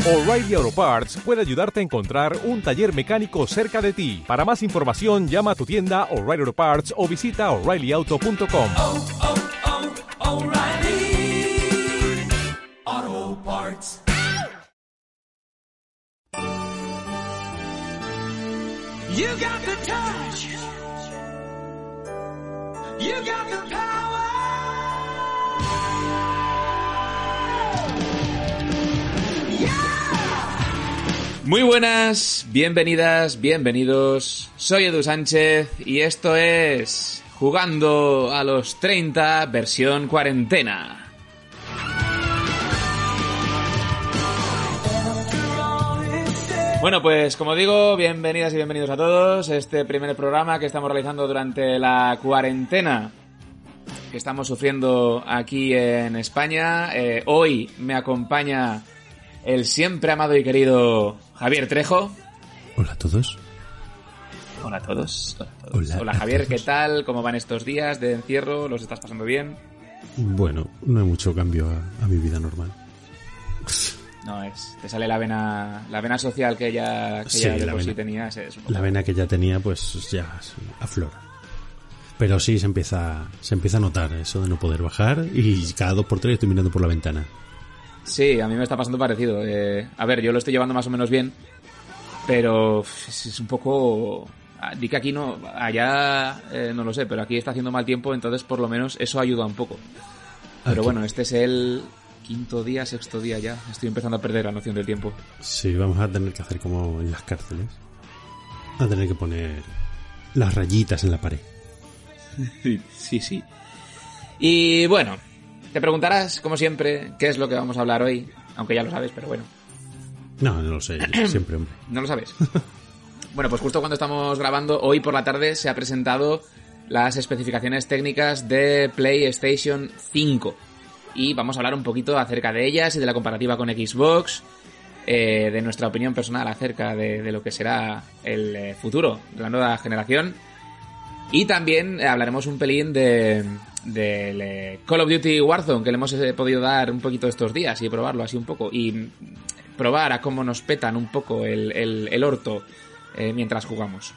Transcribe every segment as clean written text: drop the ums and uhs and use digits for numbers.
O'Reilly Auto Parts puede ayudarte a encontrar un taller mecánico cerca de ti. Para más información, llama a tu tienda O'Reilly Auto Parts o visita O'ReillyAuto.com. O'Reilly Auto Parts. You got the touch. You got the power. Muy buenas, bienvenidas, bienvenidos. Soy Edu Sánchez y esto es Jugando a los 30 versión cuarentena. Bueno, pues como digo, bienvenidas y bienvenidos a todos. Este primer programa que estamos realizando durante la cuarentena que estamos sufriendo aquí en España. Hoy me acompaña el siempre amado y querido Javier Trejo. Hola a todos. Hola a todos. Hola Javier, ¿qué tal? ¿Cómo van estos días de encierro? ¿Los estás pasando bien? Bueno, no hay mucho cambio a mi vida normal. No, te sale la vena social que ya de por sí tenías. La vena que ya tenía, pues ya aflora. Pero sí se empieza a notar eso de no poder bajar y cada 2x3 estoy mirando por la ventana. Sí, a mí me está pasando parecido. A ver, yo lo estoy llevando más o menos bien, pero es un poco... Di que aquí no, allá no lo sé, pero aquí está haciendo mal tiempo, entonces por lo menos eso ayuda un poco. Pero bueno, este es el quinto día, sexto día ya. Estoy empezando a perder la noción del tiempo. Sí, vamos a tener que hacer como en las cárceles. A tener que poner las rayitas en la pared. Sí. Y bueno, te preguntarás, como siempre, qué es lo que vamos a hablar hoy. Aunque ya lo sabes, pero bueno. No lo sé, siempre, hombre. ¿No lo sabes? Bueno, pues justo cuando estamos grabando, hoy por la tarde se ha presentado las especificaciones técnicas de PlayStation 5. Y vamos a hablar un poquito acerca de ellas y de la comparativa con Xbox, de nuestra opinión personal acerca de lo que será el futuro de la nueva generación. Y también hablaremos un pelín del Call of Duty Warzone, que le hemos podido dar un poquito estos días y probarlo así un poco. Y probar a cómo nos petan un poco el orto mientras jugamos.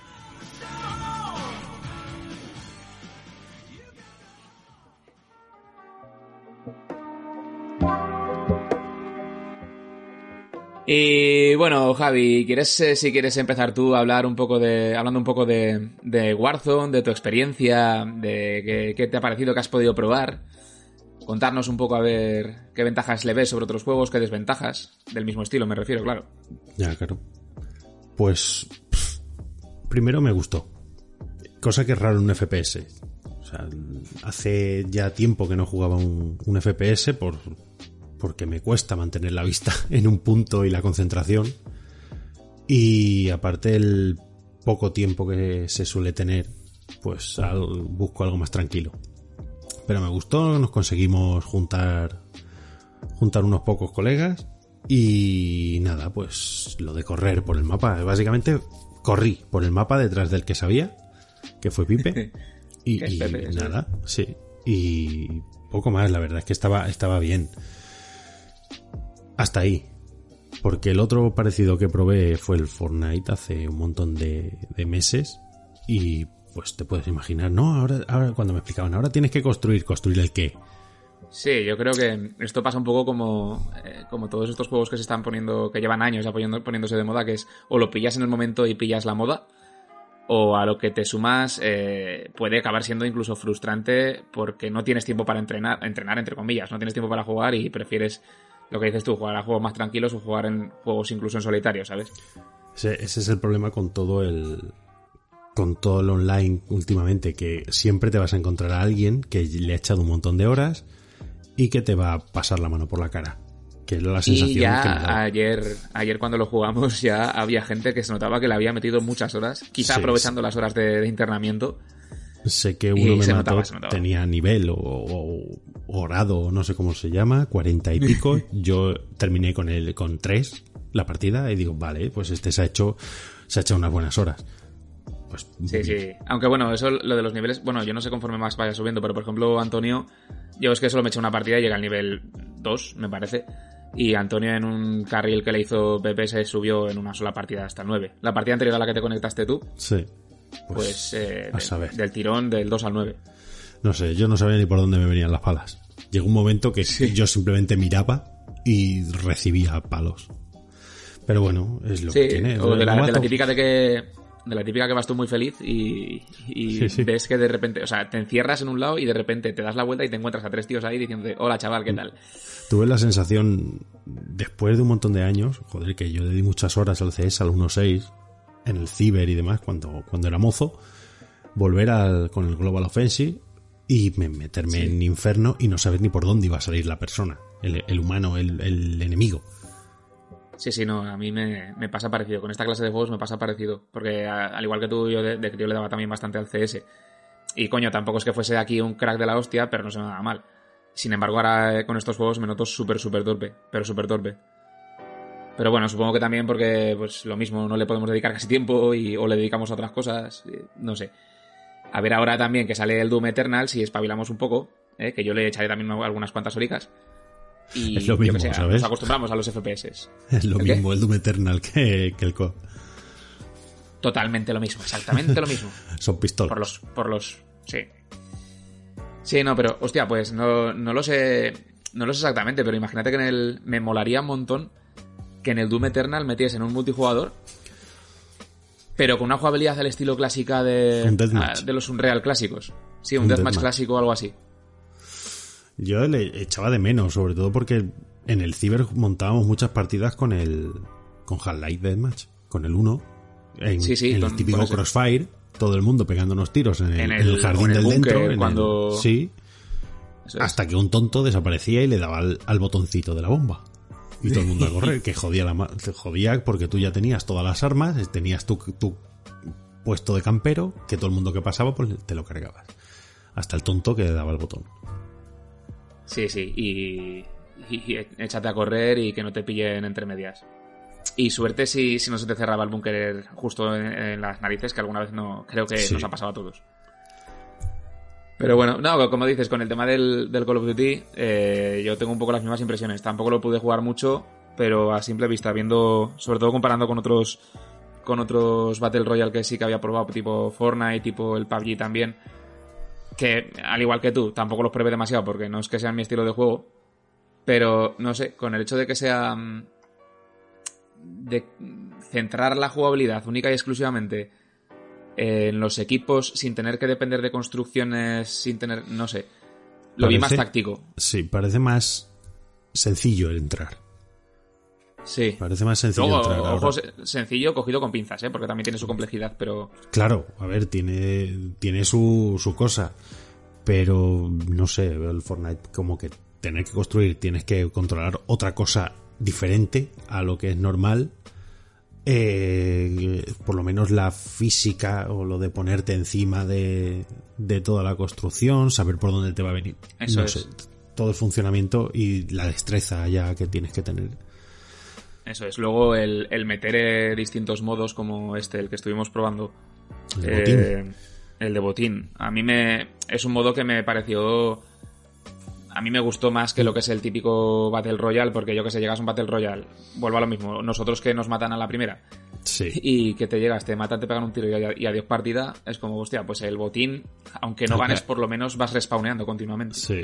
Y bueno, Javi, si quieres empezar tú a hablar hablando un poco de Warzone, de tu experiencia, de qué te ha parecido, qué has podido probar, contarnos un poco a ver qué ventajas le ves sobre otros juegos, qué desventajas, del mismo estilo me refiero, claro. Ya, claro. Pues primero me gustó, cosa que es raro en un FPS. O sea, hace ya tiempo que no jugaba un FPS porque me cuesta mantener la vista en un punto y la concentración, y aparte el poco tiempo que se suele tener, pues busco algo más tranquilo. Pero me gustó, nos conseguimos juntar unos pocos colegas y nada, pues lo de correr por el mapa, básicamente corrí por el mapa detrás del que sabía, que fue Pipe, y Pepe, nada, sí, y poco más, la verdad es que estaba bien. Hasta ahí, porque el otro parecido que probé fue el Fortnite hace un montón de meses y pues te puedes imaginar, ¿no? Ahora cuando me explicaban, ahora tienes que construir el qué. Sí, yo creo que esto pasa un poco como todos estos juegos que se están poniendo, que llevan años poniéndose de moda, que es o lo pillas en el momento y pillas la moda, o a lo que te sumas puede acabar siendo incluso frustrante porque no tienes tiempo para entrenar entre comillas, no tienes tiempo para jugar y prefieres, lo que dices tú, jugar a juegos más tranquilos o jugar en juegos incluso en solitario, ¿sabes? Ese es el problema con todo el online últimamente, que siempre te vas a encontrar a alguien que le ha echado un montón de horas y que te va a pasar la mano por la cara. Que es la sensación y ya que me da. ayer cuando lo jugamos ya había gente que se notaba que le había metido muchas horas, quizá sí, aprovechando las horas de internamiento. Sé que uno me mató, tenía nivel o grado, no sé cómo se llama, 40 y pico. Yo terminé con 3 la partida y digo, vale, pues este se ha hecho unas buenas horas. Pues, sí. Aunque bueno, eso, lo de los niveles, bueno, yo no sé conforme más vaya subiendo, pero por ejemplo, Antonio, yo es que solo me he hecho una partida y llega al nivel 2, me parece. y Antonio en un carril que le hizo Pepe se subió en una sola partida hasta el 9. La partida anterior a la que te conectaste tú, Sí. pues a saber. del tirón del 2 al 9. No sé, yo no sabía ni por dónde me venían las palas. Llegó un momento que yo simplemente miraba y recibía palos. Pero bueno, es lo que tiene. O de la típica de la típica que vas tú muy feliz y Sí. ves que de repente, o sea, te encierras en un lado y de repente te das la vuelta y te encuentras a 3 tíos ahí diciéndote, hola chaval, ¿qué tal? Tuve la sensación, después de un montón de años, joder, que yo le di muchas horas al CS, al 1.6, en el Ciber y demás, cuando era mozo, volver con el Global Offensive y meterme en Inferno y no saber ni por dónde iba a salir la persona, el humano, el enemigo. Sí, no, a mí me pasa parecido. Con esta clase de juegos me pasa parecido. Porque al igual que tú, yo de crío le daba también bastante al CS. Y coño, tampoco es que fuese aquí un crack de la hostia, pero no se me da mal. Sin embargo, ahora con estos juegos me noto súper torpe. Pero súper torpe. Pero bueno, supongo que también porque, pues lo mismo, no le podemos dedicar casi tiempo o le dedicamos a otras cosas. No sé. A ver ahora también que sale el Doom Eternal, si espabilamos un poco, que yo le echaré también algunas cuantas horicas. Y es lo mismo, yo que sé, ¿sabes? nos acostumbramos a los FPS. Es lo ¿El qué? mismo el Doom Eternal que el COD. Totalmente lo mismo, exactamente lo mismo. Son pistolas. Por los... Sí. Sí, no, pero, hostia, pues no lo sé exactamente, pero imagínate que me molaría un montón que en el Doom Eternal metiesen un multijugador, pero con una jugabilidad al estilo clásica de los Unreal clásicos. Sí, un deathmatch clásico o algo así. Yo le echaba de menos, sobre todo porque en el Ciber montábamos muchas partidas con Half-Life Deathmatch, con el 1, en el típico Crossfire, todo el mundo pegándonos tiros en el jardín del dentro, sí, hasta que un tonto desaparecía y le daba al botoncito de la bomba. Y todo el mundo a correr, que jodía porque tú ya tenías todas las armas, tenías tu puesto de campero, que todo el mundo que pasaba pues te lo cargabas. Hasta el tonto que le daba el botón. Sí, y échate a correr y que no te pillen entre medias. Y suerte si no se te cerraba el búnker justo en las narices, que alguna vez creo que nos ha pasado a todos. Pero bueno, no, como dices, con el tema del Call of Duty, yo tengo un poco las mismas impresiones. Tampoco lo pude jugar mucho, pero a simple vista, viendo, sobre todo comparando con otros Battle Royale que sí que había probado, tipo Fortnite, tipo el PUBG también, que al igual que tú, tampoco los probé demasiado porque no es que sean mi estilo de juego, pero no sé, con el hecho de que sea de centrar la jugabilidad única y exclusivamente en los equipos sin tener que depender de construcciones, sin tener, no sé, vi más táctico. Sí, parece más sencillo el entrar. Sí. Parece más sencillo entrar. Ojo, sencillo cogido con pinzas, porque también tiene su complejidad, pero... Claro, a ver, tiene su cosa, pero no sé, veo el Fortnite como que tener que construir, tienes que controlar otra cosa diferente a lo que es normal. Por lo menos la física o lo de ponerte encima de toda la construcción, saber por dónde te va a venir. Eso es. Todo el funcionamiento y la destreza ya que tienes que tener. Eso es. Luego el meter distintos modos como el que estuvimos probando. El de botín. El de botín. A mí es un modo que me pareció... A mí me gustó más que lo que es el típico Battle Royale, porque yo que sé, llegas a un Battle Royale, vuelvo a lo mismo, nosotros que nos matan a la primera, sí, y que te llegas, te matan, te pegan un tiro y adiós partida, es como, hostia, pues el botín, aunque no ganes, por lo menos vas respawneando continuamente. Sí.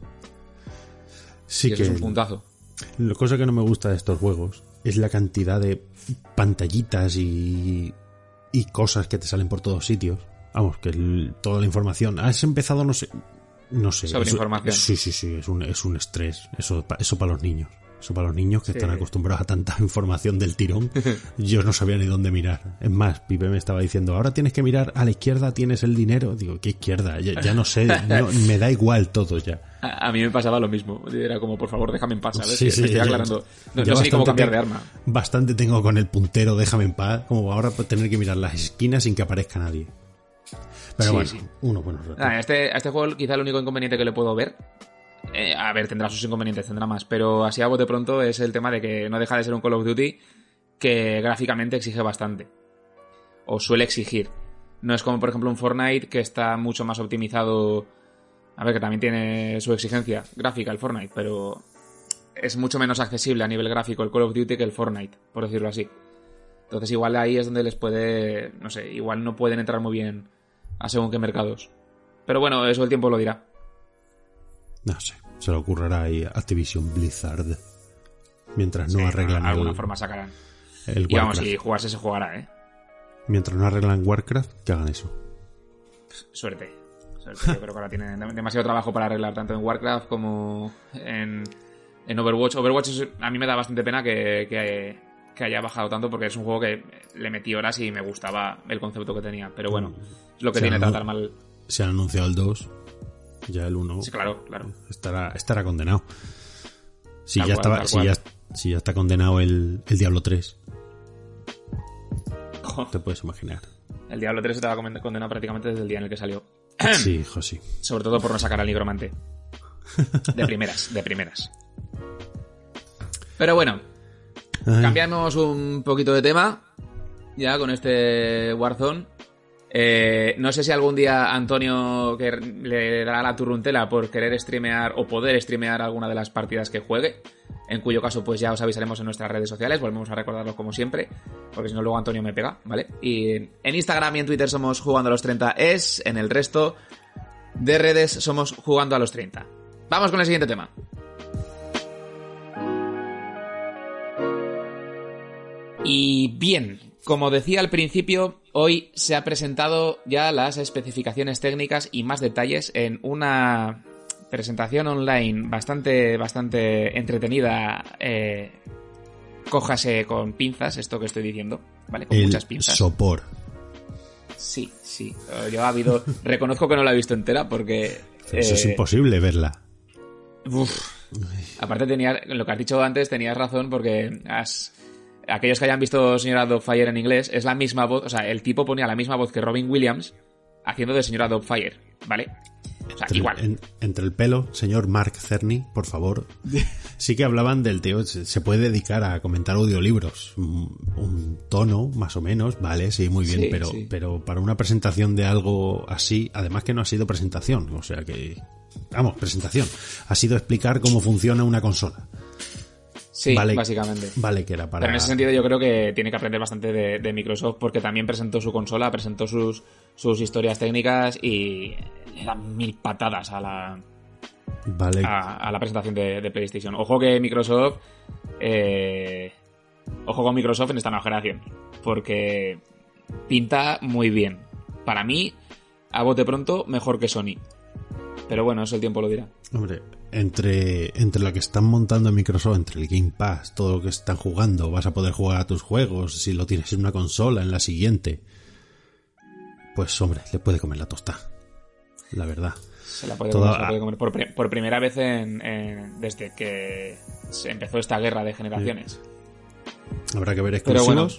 Sí, y eso es un puntazo. La cosa que no me gusta de estos juegos es la cantidad de pantallitas y cosas que te salen por todos sitios. Vamos, que toda la información. Has empezado, no sé. Sobre información. Sí, es un estrés. Eso para los niños. Eso para los niños que están acostumbrados a tanta información del tirón. Yo no sabía ni dónde mirar. Es más, Pipe me estaba diciendo, ahora tienes que mirar a la izquierda, tienes el dinero. Digo, ¿qué izquierda? Ya no sé, me da igual todo ya. A mí me pasaba lo mismo. Era como, por favor, déjame en paz, ¿sabes? Sí, me estoy aclarando. No sé ni cómo cambiar de arma. Bastante tengo con el puntero, déjame en paz, como ahora tener que mirar las esquinas sin que aparezca nadie. Pero bueno, unos buenos retos. A este juego quizá el único inconveniente que le puedo ver, a ver, tendrá sus inconvenientes, tendrá más, pero así a bote pronto es el tema de que no deja de ser un Call of Duty que gráficamente exige bastante. O suele exigir. No es como, por ejemplo, un Fortnite que está mucho más optimizado. A ver, que también tiene su exigencia gráfica el Fortnite, pero es mucho menos accesible a nivel gráfico el Call of Duty que el Fortnite, por decirlo así. Entonces igual ahí es donde les puede, no sé, igual no pueden entrar muy bien a según qué mercados. Pero bueno, eso el tiempo lo dirá. No sé, se le ocurrirá ahí a Activision Blizzard. Mientras no Sí, arreglan de alguna forma sacarán. el Y vamos, Warcraft. si jugarse se jugará, ¿eh? Mientras no arreglan Warcraft, que hagan eso. Suerte. Yo creo que ahora tienen demasiado trabajo para arreglar tanto en Warcraft como en Overwatch. Overwatch a mí me da bastante pena que haya bajado tanto porque es un juego que le metí horas y me gustaba el concepto que tenía. Pero bueno, es lo que tiene tratar mal. Se han anunciado el 2, ya el 1 Sí, claro. estará condenado. Si Tal ya, cual, estaba, tal cual. si ya está condenado el Diablo 3, Jo, te puedes imaginar. el Diablo 3 estaba condenado prácticamente desde el día en el que salió. Sí, hijo, sí. Sobre todo por no sacar al nigromante. De primeras. Pero bueno, Ay, cambiamos un poquito de tema. Ya con este Warzone. No sé si algún día Antonio que le dará la turruntela por querer streamear o poder streamear alguna de las partidas que juegue. En cuyo caso, pues ya os avisaremos en nuestras redes sociales. Volvemos a recordarlo como siempre. Porque si no, luego Antonio me pega, ¿vale? Y en Instagram y en Twitter somos Jugando a los 30es. En el resto de redes somos Jugando a los 30. Vamos con el siguiente tema. Y bien, como decía al principio, hoy se ha presentado ya las especificaciones técnicas y más detalles en una presentación online bastante entretenida. Cójase con pinzas esto que estoy diciendo, ¿vale? Con el muchas pinzas. sopor. Sí. Reconozco que no la he visto entera porque... Eso es imposible verla. Aparte lo que has dicho antes tenías razón porque aquellos que hayan visto Señora Dogfire en inglés, es la misma voz, o sea, el tipo ponía la misma voz que Robin Williams haciendo de Señora Dogfire, ¿vale? O sea, igual. Entre el pelo, señor Mark Cerny, por favor. Sí que hablaban del tío, se puede dedicar a comentar audiolibros. Un tono, más o menos, vale, sí, muy bien, Sí. pero para una presentación de algo así, además que no ha sido presentación, o sea que... Vamos, presentación. Ha sido explicar cómo funciona una consola. Sí, Vale, básicamente. Vale, que era para... Pero en ese sentido yo creo que tiene que aprender bastante de Microsoft porque también presentó su consola, presentó sus historias técnicas y le dan 1000 patadas a la presentación de PlayStation. Ojo que Microsoft... ojo con Microsoft en esta nueva generación porque pinta muy bien. Para mí, a bote pronto, mejor que Sony. Pero bueno, eso el tiempo lo dirá. Hombre, entre lo que están montando en Microsoft, entre el Game Pass, todo lo que están jugando, vas a poder jugar a tus juegos, si lo tienes en una consola, en la siguiente, pues hombre, le puede comer la tosta, la verdad. Se la puede comer por primera vez desde que se empezó esta guerra de generaciones. Habrá que ver Pero exclusivos.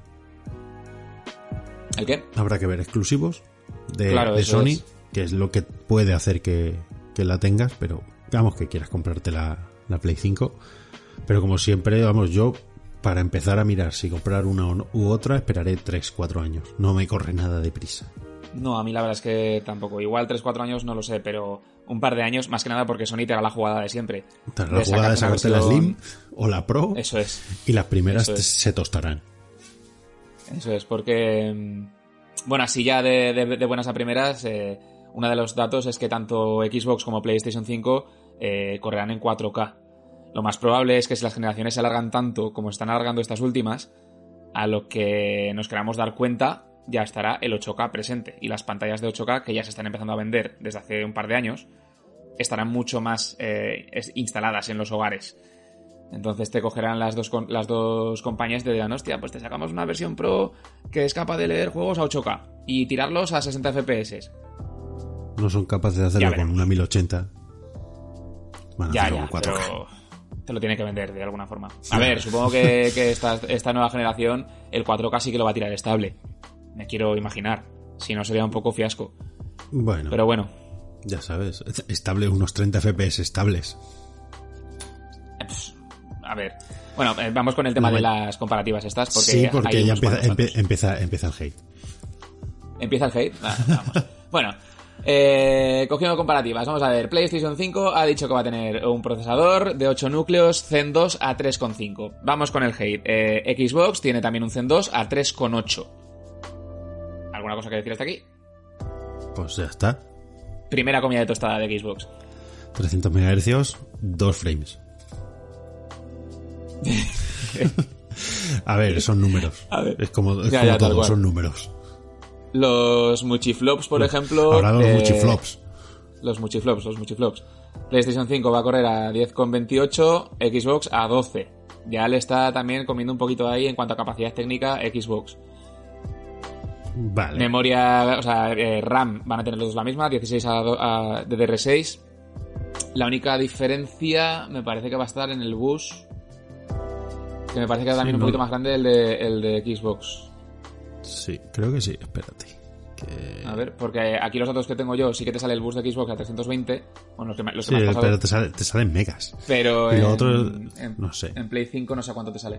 Bueno. ¿El qué? Habrá que ver exclusivos de eso Sony, es. que es lo que puede hacer que la tengas, pero digamos que quieras comprarte la Play 5. Pero como siempre, vamos, yo para empezar a mirar si comprar una u otra esperaré 3-4 años. No me corre nada de prisa. No, a mí la verdad es que tampoco. Igual 3-4 años no lo sé, pero un par de años, más que nada porque Sony te hará la jugada de siempre. Te hará la jugada de sacarte la Slim o la Pro. Eso es. Y las primeras Eso es. se tostarán. Eso es, porque... Bueno, así ya de buenas a primeras, uno de los datos es que tanto Xbox como PlayStation 5 correrán en 4K. Lo más probable es que si las generaciones se alargan tanto como están alargando estas últimas, a lo que nos queramos dar cuenta, ya estará el 8K presente. Y las pantallas de 8K, que ya se están empezando a vender desde hace un par de años, estarán mucho más instaladas en los hogares. Entonces te cogerán las dos compañías y te dirán, hostia, pues te sacamos una versión Pro que es capaz de leer juegos a 8K y tirarlos a 60 FPS. No son capaces de hacerlo con una 1080. Van a hacerlo con 4K. Pero te lo tiene que vender de alguna forma. A ver, supongo que esta nueva generación, el 4K sí que lo va a tirar estable. Me quiero imaginar. Si no, sería un poco fiasco. Bueno. Pero bueno. Ya sabes, estable, unos 30 FPS estables. A ver. Bueno, vamos con el tema de las comparativas estas. Porque sí, porque ya empieza el hate. ¿Empieza el hate? Vamos. Bueno, Cogiendo comparativas, vamos a ver. PlayStation 5 ha dicho que va a tener un procesador de 8 núcleos Zen 2 a 3,5. Vamos con el hate. Xbox tiene también un Zen 2 a 3,8. ¿Alguna cosa que decir hasta aquí? Pues ya está. Primera comida de tostada de Xbox. 300 MHz, 2 frames. A ver, son números. A ver. Es como Ya, tal todo, cual. son números. Los Muchiflops, por ejemplo... Ahora los Muchiflops. Los Muchiflops. PlayStation 5 va a correr a 10,28, Xbox a 12. Ya le está también comiendo un poquito ahí en cuanto a capacidad técnica Xbox. Vale. Memoria, o sea, RAM van a tener los dos la misma, 16 a DDR6. La única diferencia me parece que va a estar en el bus, que me parece que es también un poquito más grande el de Xbox. Sí, creo que sí, espérate. A ver, porque aquí los datos que tengo yo sí que te sale el bus de Xbox a 320. Bueno, los que Sí, me has pasado, pero te salen megas. pero Y lo otro, no sé. En Play 5 no sé cuánto te sale.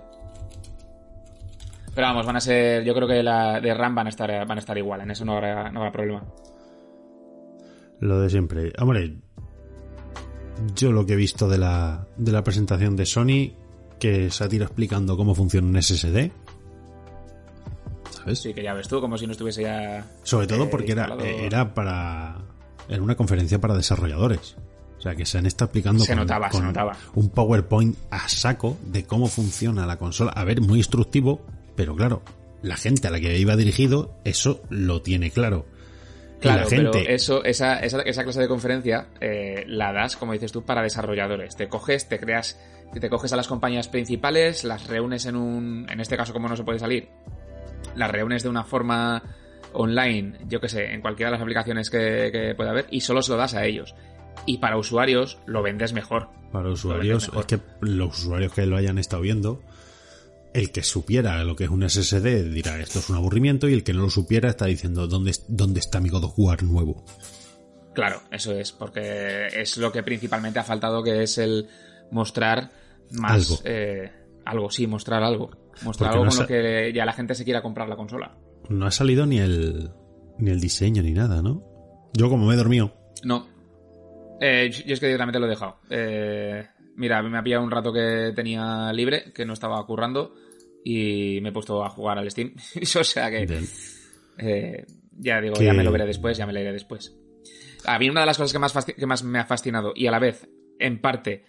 Pero vamos, van a ser... Yo creo que la de RAM van a estar igual. En eso no habrá problema. Lo de siempre. Hombre, yo lo que he visto de la presentación de Sony, que se ha tirado explicando cómo funciona un SSD. ¿Sabes? Sí, que ya ves tú, como si no estuviese ya... Sobre todo porque era una conferencia para desarrolladores. O sea, que se han estado explicando Se notaba. un PowerPoint a saco de cómo funciona la consola. A ver, muy instructivo, pero claro, la gente a la que iba dirigido, eso lo tiene claro. Claro, y la gente... pero esa clase de conferencia la das, como dices tú, para desarrolladores. Te coges a las compañías principales, las reúnes en este caso, como no se puede salir, las reúnes de una forma online, yo que sé, en cualquiera de las aplicaciones que pueda haber, y solo se lo das a ellos. Y para usuarios lo vendes mejor. Para usuarios, es que los usuarios que lo hayan estado viendo, el que supiera lo que es un SSD dirá esto es un aburrimiento, y el que no lo supiera está diciendo ¿dónde está mi God of War nuevo? Claro, eso es, porque es lo que principalmente ha faltado, que es el mostrar más... mostrar algo. Mostrar algo con lo que ya la gente se quiera comprar la consola. No ha salido ni el diseño ni nada, ¿no? Yo como me he dormido. No. Yo es que directamente lo he dejado. Mira, me ha pillado un rato que tenía libre, que no estaba currando, y me he puesto a jugar al Steam. O sea que... ya digo, ya me lo veré después, ya me lo iré después. A mí una de las cosas que más me ha fascinado, y a la vez, en parte,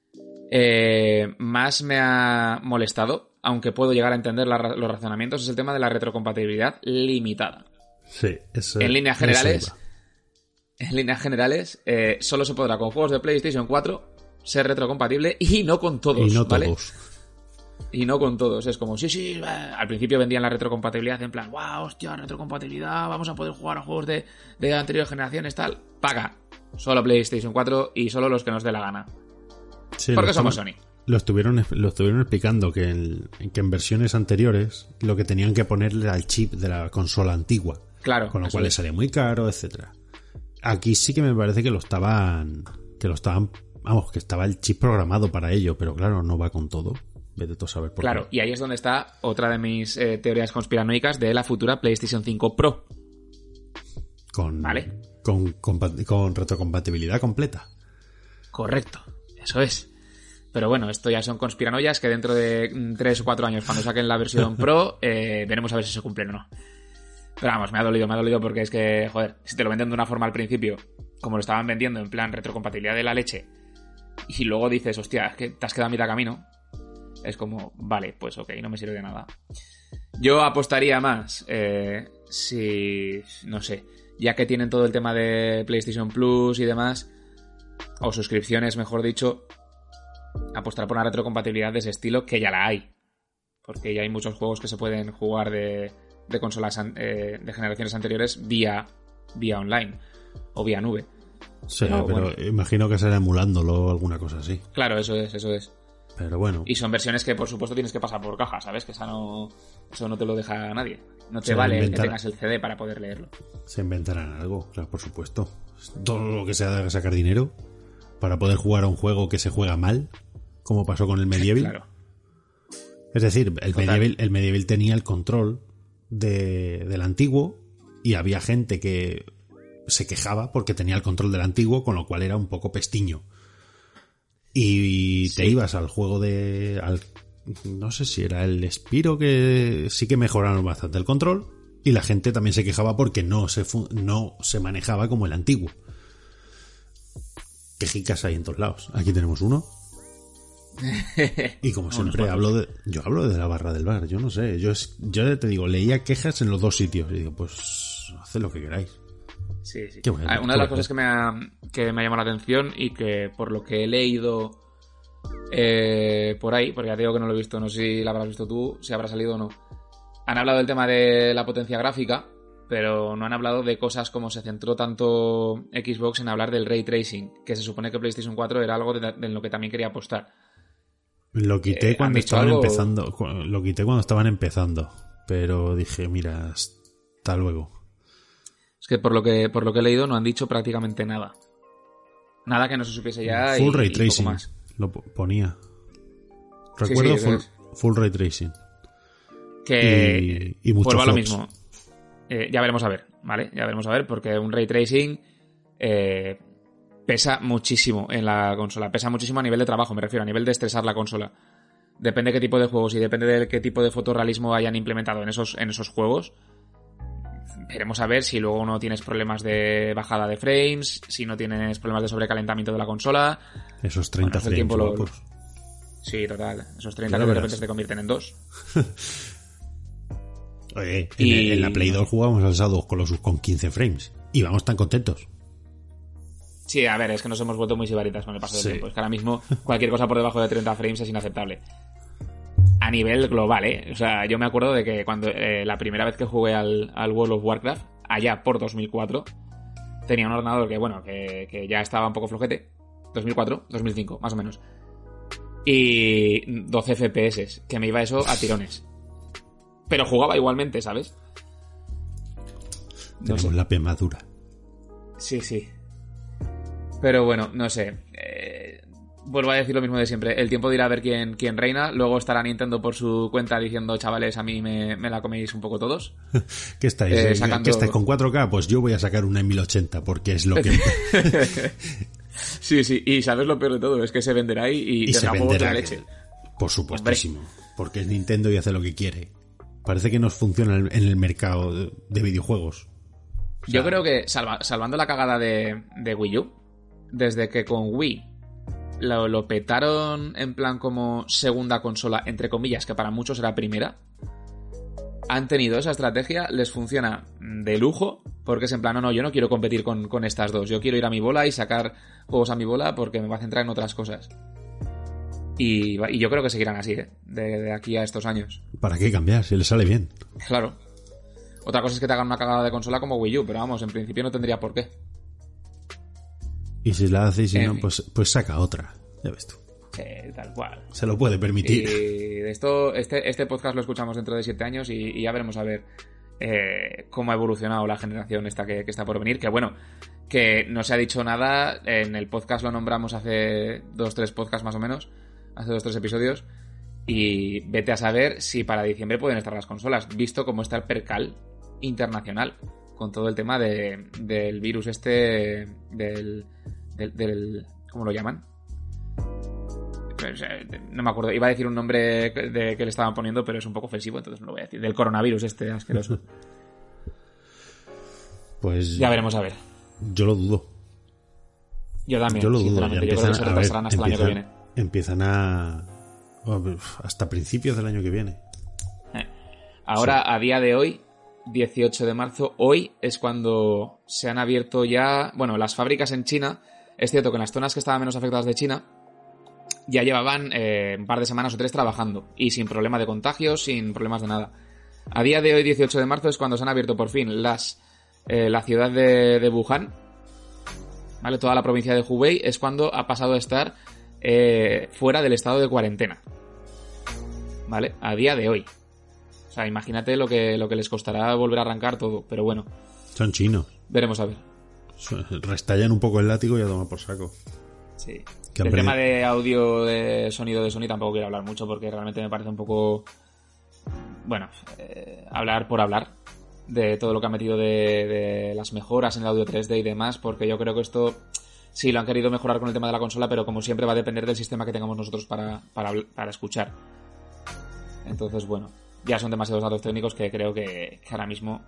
más me ha molestado, aunque puedo llegar a entender los razonamientos, es el tema de la retrocompatibilidad limitada. Sí, eso. En líneas generales, solo se podrá con juegos de PlayStation 4 ser retrocompatible, y no con todos, y no ¿vale? todos. Y no con todos. Es como, sí, al principio vendían la retrocompatibilidad en plan, wow, hostia, retrocompatibilidad, vamos a poder jugar a juegos de anteriores generaciones, tal. Paga. Solo PlayStation 4 y solo los que nos dé la gana. Sí, porque somos Sony. Lo estuvieron explicando que en versiones anteriores lo que tenían que ponerle era el chip de la consola antigua. Claro. Con lo cual les salía muy caro, etcétera. Aquí sí que me parece que lo estaban, vamos, que estaba el chip programado para ello, pero claro, no va con todo. Vete tú a saber por qué. Claro, y ahí es donde está otra de mis teorías conspiranoicas de la futura PlayStation 5 Pro. ¿Vale? Con retrocompatibilidad completa. Correcto, eso es. Pero bueno, esto ya son conspiranoias que dentro de 3 o 4 años, cuando saquen la versión Pro, veremos a ver si se cumplen o no. Pero vamos, me ha dolido porque es que, joder, si te lo venden de una forma al principio, como lo estaban vendiendo, en plan retrocompatibilidad de la leche, y luego dices, hostia, es que te has quedado a mitad camino, es como, vale, pues ok, no me sirve de nada. Yo apostaría más, no sé, ya que tienen todo el tema de PlayStation Plus y demás, o suscripciones, mejor dicho, apostar por una retrocompatibilidad de ese estilo, que ya la hay. Porque ya hay muchos juegos que se pueden jugar de consolas de generaciones anteriores vía online o vía nube. Sí, pero bueno, imagino que será emulándolo o alguna cosa así. Claro, eso es. Pero bueno. Y son versiones que por supuesto tienes que pasar por caja, ¿sabes? Que eso no te lo deja nadie. No te vale que tengas el CD para poder leerlo. Se inventarán algo, claro, por supuesto. Todo lo que sea de sacar dinero para poder jugar a un juego que se juega mal, como pasó con el Medieval. Claro. Es decir, el Medieval tenía el control del antiguo, y había gente que se quejaba porque tenía el control del antiguo, con lo cual era un poco pestiño. Y te ibas al juego no sé si era el Spyro, que sí que mejoraron bastante el control, y la gente también se quejaba porque no se manejaba como el antiguo. Quejicas hay en todos lados. Aquí tenemos uno. Y como siempre yo hablo de la barra del bar, yo no sé, yo te digo, leía quejas en los dos sitios y digo, pues haced lo que queráis. Sí. Una de las cosas que me ha llamado la atención y que por lo que he leído por ahí, porque ya te digo que no lo he visto, no sé si lo habrás visto tú, si habrá salido o no, han hablado del tema de la potencia gráfica, pero no han hablado de cosas como se centró tanto Xbox en hablar del Ray Tracing, que se supone que PlayStation 4 era algo de lo que también quería apostar. Lo quité cuando estaban empezando. Lo quité cuando estaban empezando. Pero dije, mira, hasta luego. Es que por lo que he leído no han dicho prácticamente nada. Nada que no se supiese ya. Full Ray y Tracing. poco más. Lo ponía. Recuerdo full Ray Tracing. Y mucho vuelvo a lo flops. mismo. Ya veremos a ver, ¿vale? Ya veremos a ver, porque un Ray Tracing pesa muchísimo en la consola. Pesa muchísimo a nivel de trabajo, me refiero, a nivel de estresar la consola. Depende de qué tipo de juegos y depende de qué tipo de fotorrealismo hayan implementado en esos juegos. Veremos a ver si luego no tienes problemas de bajada de frames, si no tienes problemas de sobrecalentamiento de la consola. Esos 30 frames guapos. Sí, total. Esos 30 que de repente se convierten en 2. Oye, en la Play 2 jugábamos al Shadow of Colossus con 15 frames. Y vamos tan contentos. Sí, a ver, es que nos hemos vuelto muy sibaritas con el paso del tiempo. Es que ahora mismo cualquier cosa por debajo de 30 frames es inaceptable. A nivel global, O sea, yo me acuerdo de que cuando la primera vez que jugué al World of Warcraft, allá por 2004, tenía un ordenador que ya estaba un poco flojete. 2004, 2005, más o menos. Y 12 FPS, que me iba eso a tirones. Pero jugaba igualmente, ¿sabes? Tenemos la P madura. Sí. Pero bueno, no sé. Vuelvo a decir lo mismo de siempre. El tiempo dirá a ver quién reina. Luego estará Nintendo por su cuenta diciendo, chavales, a mí me la coméis un poco todos. ¿Qué estáis? ¿Qué estáis con 4K? Pues yo voy a sacar una en 1080 porque es lo que... Sí. Y sabes lo peor de todo, es que se venderá y se juegos de venderá. la leche. Por supuestísimo. Porque es Nintendo y hace lo que quiere. Parece que nos funciona en el mercado de videojuegos. O sea, yo creo que, salvando la cagada de Wii U, desde que con Wii lo petaron en plan como segunda consola, entre comillas, que para muchos era primera, han tenido esa estrategia, les funciona de lujo, porque es en plan, no, yo no quiero competir con estas dos, yo quiero ir a mi bola y sacar juegos a mi bola porque me va a centrar en otras cosas. Y yo creo que seguirán así, de aquí a estos años. ¿Para qué cambiar? Si les sale bien. Claro. Otra cosa es que te hagan una cagada de consola como Wii U, pero vamos, en principio no tendría por qué. Y si la hace y si no, pues saca otra. Ya ves tú. Sí, tal cual. Se lo puede permitir. Y de esto, este podcast lo escuchamos dentro de 7 años y ya veremos a ver cómo ha evolucionado la generación esta que está por venir. Que bueno, que no se ha dicho nada. En el podcast lo nombramos hace 2-3 podcasts más o menos. Hace 2-3 episodios. Y vete a saber si para diciembre pueden estar las consolas. Visto cómo está el percal internacional. Con todo el tema del virus del ¿cómo lo llaman? No me acuerdo, iba a decir un nombre que le estaban poniendo, pero es un poco ofensivo, entonces no lo voy a decir. Del coronavirus asqueroso. Pues ya veremos a ver. Yo lo dudo. Yo también, yo lo dudo. sinceramente. Yo creo que se retrasarán hasta el año que viene. Empiezan hasta principios del año que viene. Ahora, sí. A día de hoy, 18 de marzo, hoy es cuando se han abierto ya, las fábricas en China. Es cierto que en las zonas que estaban menos afectadas de China ya llevaban un par de semanas o 3 trabajando y sin problema de contagios, sin problemas de nada. A día de hoy, 18 de marzo, es cuando se han abierto por fin la ciudad de Wuhan, ¿vale? Toda la provincia de Hubei es cuando ha pasado a estar fuera del estado de cuarentena, ¿vale? A día de hoy. O sea, imagínate lo que les costará volver a arrancar todo, pero bueno. Son chinos. Veremos a ver. Restallan un poco el látigo y a tomar por saco. Sí. El tema de audio, de sonido de Sony tampoco quiero hablar mucho porque realmente me parece un poco... hablar por hablar. de todo lo que ha metido de las mejoras en el audio 3D y demás, porque yo creo que esto sí lo han querido mejorar con el tema de la consola, pero como siempre va a depender del sistema que tengamos nosotros para escuchar. Entonces, bueno, ya son demasiados datos técnicos que creo que ahora mismo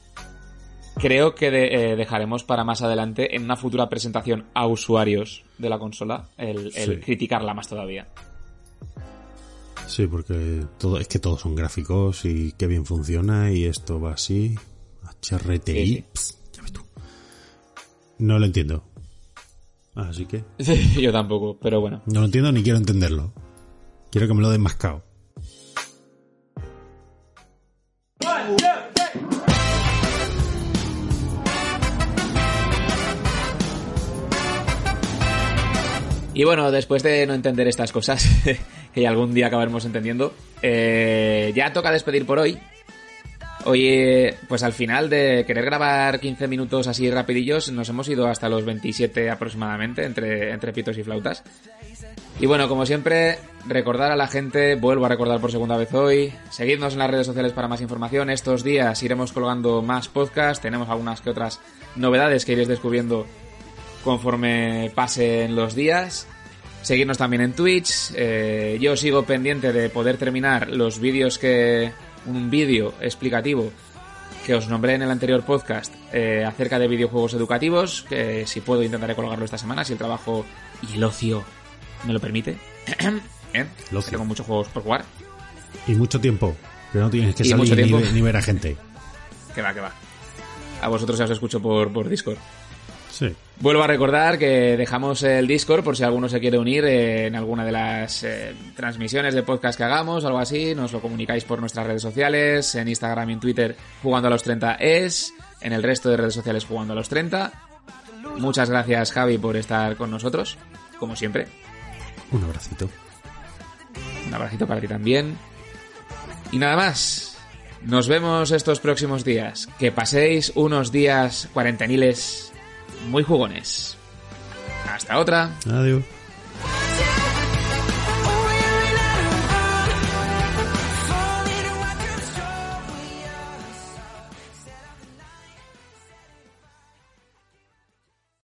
dejaremos para más adelante en una futura presentación a usuarios de la consola el Sí. criticarla más todavía. Sí, porque todos son gráficos y qué bien funciona y esto va así. HRTI. Sí. Ya ves tú. No lo entiendo. Así que Yo tampoco, pero bueno. no lo entiendo ni quiero entenderlo. Quiero que me lo den mascado. Y bueno, después de no entender estas cosas, que algún día acabaremos entendiendo, ya toca despedir por hoy. Hoy, pues al final de querer grabar 15 minutos así rapidillos, nos hemos ido hasta los 27 aproximadamente, entre pitos y flautas. Y bueno, como siempre, recordar a la gente, vuelvo a recordar por segunda vez hoy, seguidnos en las redes sociales para más información. Estos días iremos colgando más podcasts, tenemos algunas que otras novedades que iréis descubriendo conforme pasen los días. Seguirnos también en Twitch. Yo sigo pendiente de poder terminar los vídeos un vídeo explicativo que os nombré en el anterior podcast acerca de videojuegos educativos, que si puedo intentaré colgarlo esta semana, si el trabajo y el ocio me lo permite. El ocio. Tengo muchos juegos por jugar. Y mucho tiempo. Que no tienes que Y mucho salir tiempo. ni ver a gente. Que va. A vosotros ya os escucho por Discord. Sí. Vuelvo a recordar que dejamos el Discord por si alguno se quiere unir en alguna de las transmisiones de podcast que hagamos, algo así. Nos lo comunicáis por nuestras redes sociales, en Instagram y en Twitter jugando a los 30 es, en el resto de redes sociales jugando a los 30. Muchas gracias, Javi, por estar con nosotros, como siempre. Un abracito. Un abracito para ti también. Y nada más. Nos vemos estos próximos días. Que paséis unos días cuarenteniles muy jugones. Hasta otra. Adiós.